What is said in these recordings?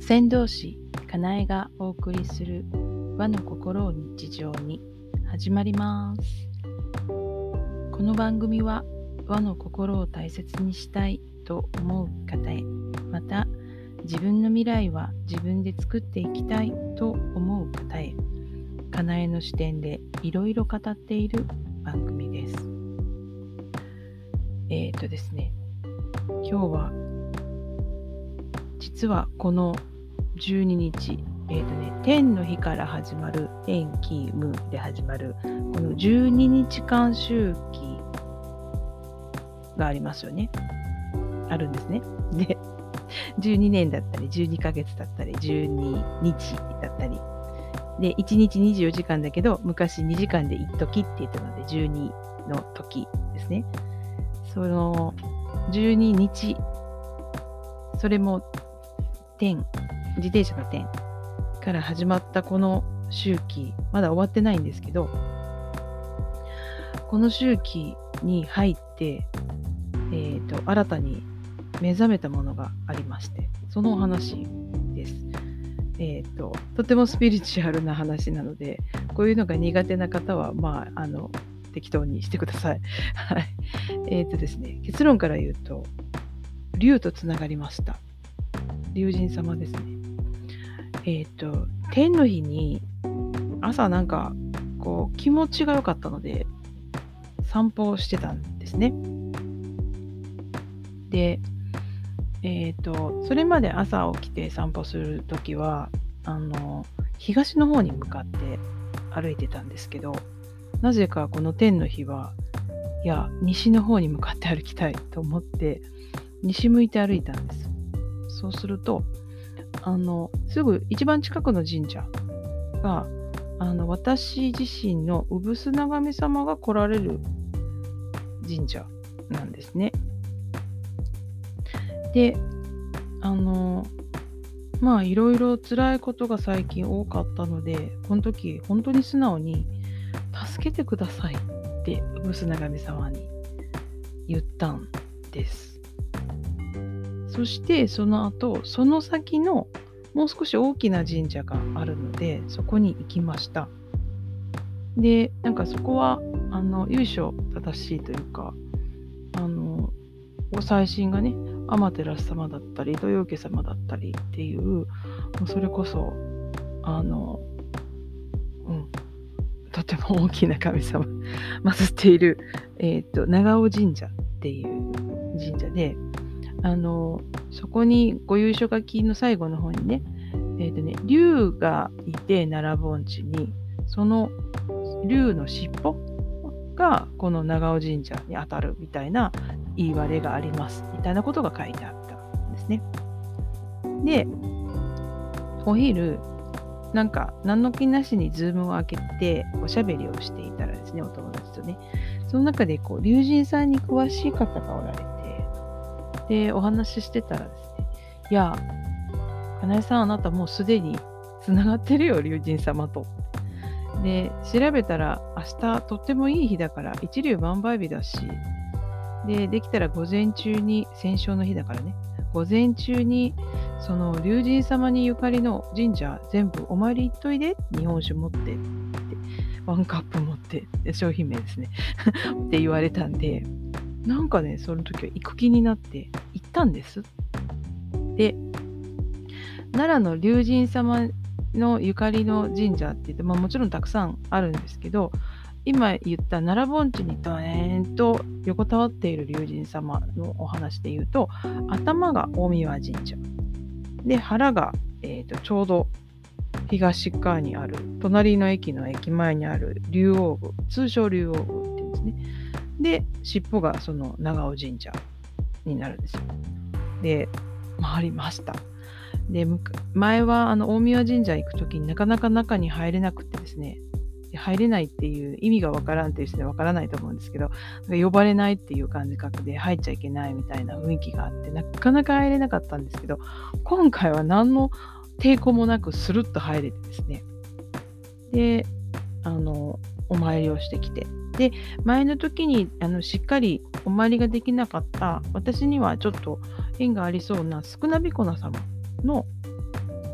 船頭師かなえがお送りする和の心を日常に始まります。この番組は和の心を大切にしたいと思う方へ、また自分の未来は自分で作っていきたいと思う方へ、かなえの視点でいろいろ語っている番組です。ですね、今日は実はこの12日、天の日から始まる天気無で始まるこの12日間周期がありますよね。あるんですね。で、12年だったり12ヶ月だったり12日だったりで、1日24時間だけど昔2時間で1時って言ったので12の時ですね。その12日、それも自転車が10から始まったこの周期、まだ終わってないんですけど、この周期に入って、新たに目覚めたものがありまして、そのお話です。とてもスピリチュアルな話なので、こういうのが苦手な方は、適当にしてください。はい。ですね、結論から言うと、龍とつながりました。龍神様ですね。天の日に朝気持ちが良かったので散歩をしてたんですね。で、それまで朝起きて散歩するときは東の方に向かって歩いてたんですけど、なぜかこの天の日はいや西の方に向かって歩きたいと思って西向いて歩いたんです。そうするとすぐ一番近くの神社が私自身の産砂神様が来られる神社なんですね。で、いろいろ辛いことが最近多かったので、この時本当に素直に助けてくださいって産砂神様に言ったんです。そしてその後、その先のもう少し大きな神社があるので、そこに行きました。で、そこは由緒正しいというか、ご祭神がね、天照様だったり、土曜家様だったりっていう、それこそとても大きな神様祀っている、長尾神社っていう神社で、そこにご由緒書きの最後の方にね、龍がいて奈良盆地に、その龍の尻尾がこの長尾神社に当たるみたいな言い割れがありますみたいなことが書いてあったんですね。で、お昼何の気なしにズームを開けておしゃべりをしていたらですね、お友達とね、その中で龍神さんに詳しい方がおられて、でお話ししてたらですね、いやかなえさん、あなたもうすでにつながってるよ、龍神様と。で調べたら明日とってもいい日だから、一粒万倍日だし、できたら午前中に、戦勝の日だからね、午前中にその龍神様にゆかりの神社全部お参り行っといで、日本酒持ってってワンカップ持って商品名ですねって言われたんで、その時は行く気になって行ったんです。で、奈良の龍神様のゆかりの神社って言って、もちろんたくさんあるんですけど、今言った奈良盆地にドーンと横たわっている龍神様のお話で言うと、頭が大神神社で、腹が、ちょうど東側にある隣の駅の駅前にある竜王宮、通称竜王宮って言うんですね。で、尻尾がその長尾神社になるんですよ。で、回りました。で、前は大宮神社行くときになかなか中に入れなくてですね、入れないっていう意味がわからんっていう人はわからないと思うんですけど、呼ばれないっていう感覚で入っちゃいけないみたいな雰囲気があって、なかなか入れなかったんですけど、今回は何の抵抗もなくスルッと入れてですね、で、お参りをしてきて、で、前の時にしっかりお参りができなかった、私にはちょっと縁がありそうな少なびこな様の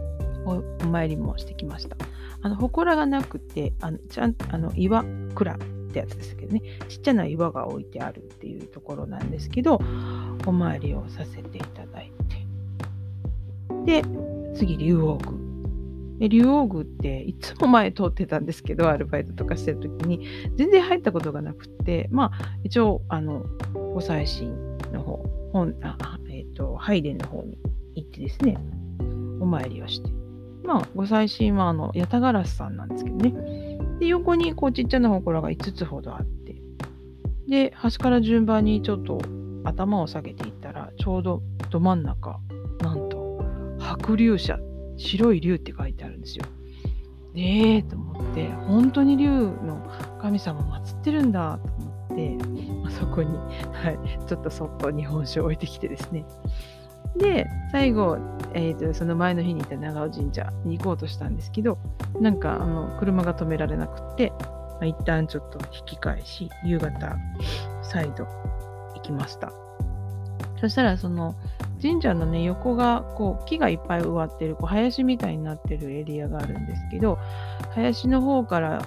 お参りもしてきました。祠がなくて、岩蔵ってやつですけどね、ちっちゃな岩が置いてあるっていうところなんですけど、お参りをさせていただいて、で、次、竜王宮。で、竜王宮っていつも前通ってたんですけど、アルバイトとかしてる時に、全然入ったことがなくって、一応、御祭神の方、拝殿の方に行ってですね、お参りをして。御祭神は八田烏さんなんですけどね。で、横にこうちっちゃな祠が5つほどあって、で、端から順番にちょっと頭を下げていったら、ちょうどど真ん中、なんと、白龍社、白い龍って書いてあるんですよ。と思って、本当に龍の神様祀ってるんだと思って、そこに、ちょっとそっと日本酒を置いてきてですね。で、最後、その前の日にいた長尾神社に行こうとしたんですけど、車が止められなくって、一旦ちょっと引き返し、夕方、再度行きました。そしたら、その神社のね、横がこう木がいっぱい植わってる、こう林みたいになってるエリアがあるんですけど、林の方から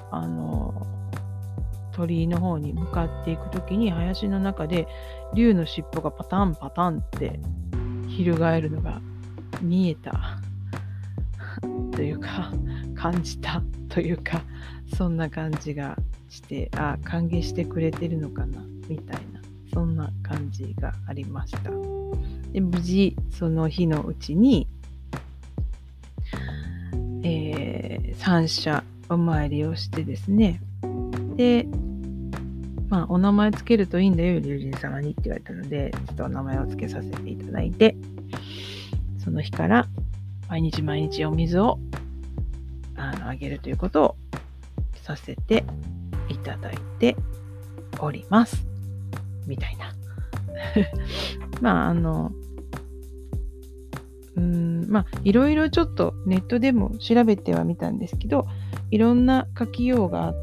鳥居の方に向かっていくときに、林の中で竜の尻尾がパタンパタンって翻るのが見えたというか、感じたというか、そんな感じがして、歓迎してくれてるのかなみたいな、そんな感じがありました。で、無事その日のうちに、三社お参りをしてですね、で、お名前つけるといいんだよ、龍神様にって言われたので、ちょっとお名前をつけさせていただいて、その日から毎日毎日お水をあげるということをさせていただいております。みたいな。いろいろちょっとネットでも調べてはみたんですけど、いろんな書きようがあって、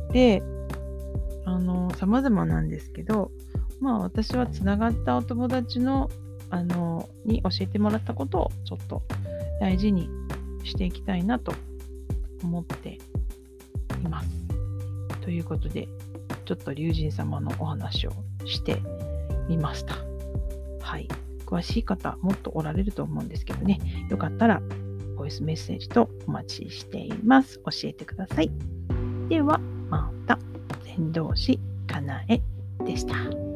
様々なんですけど、私はつながったお友達の、に教えてもらったことをちょっと大事にしていきたいなと思っています。ということで、ちょっと龍神様のお話をしてみました。はい。詳しい方もっとおられると思うんですけどね、よかったらボイスメッセージとお待ちしています。教えてください。ではまた。伝道師かなえでした。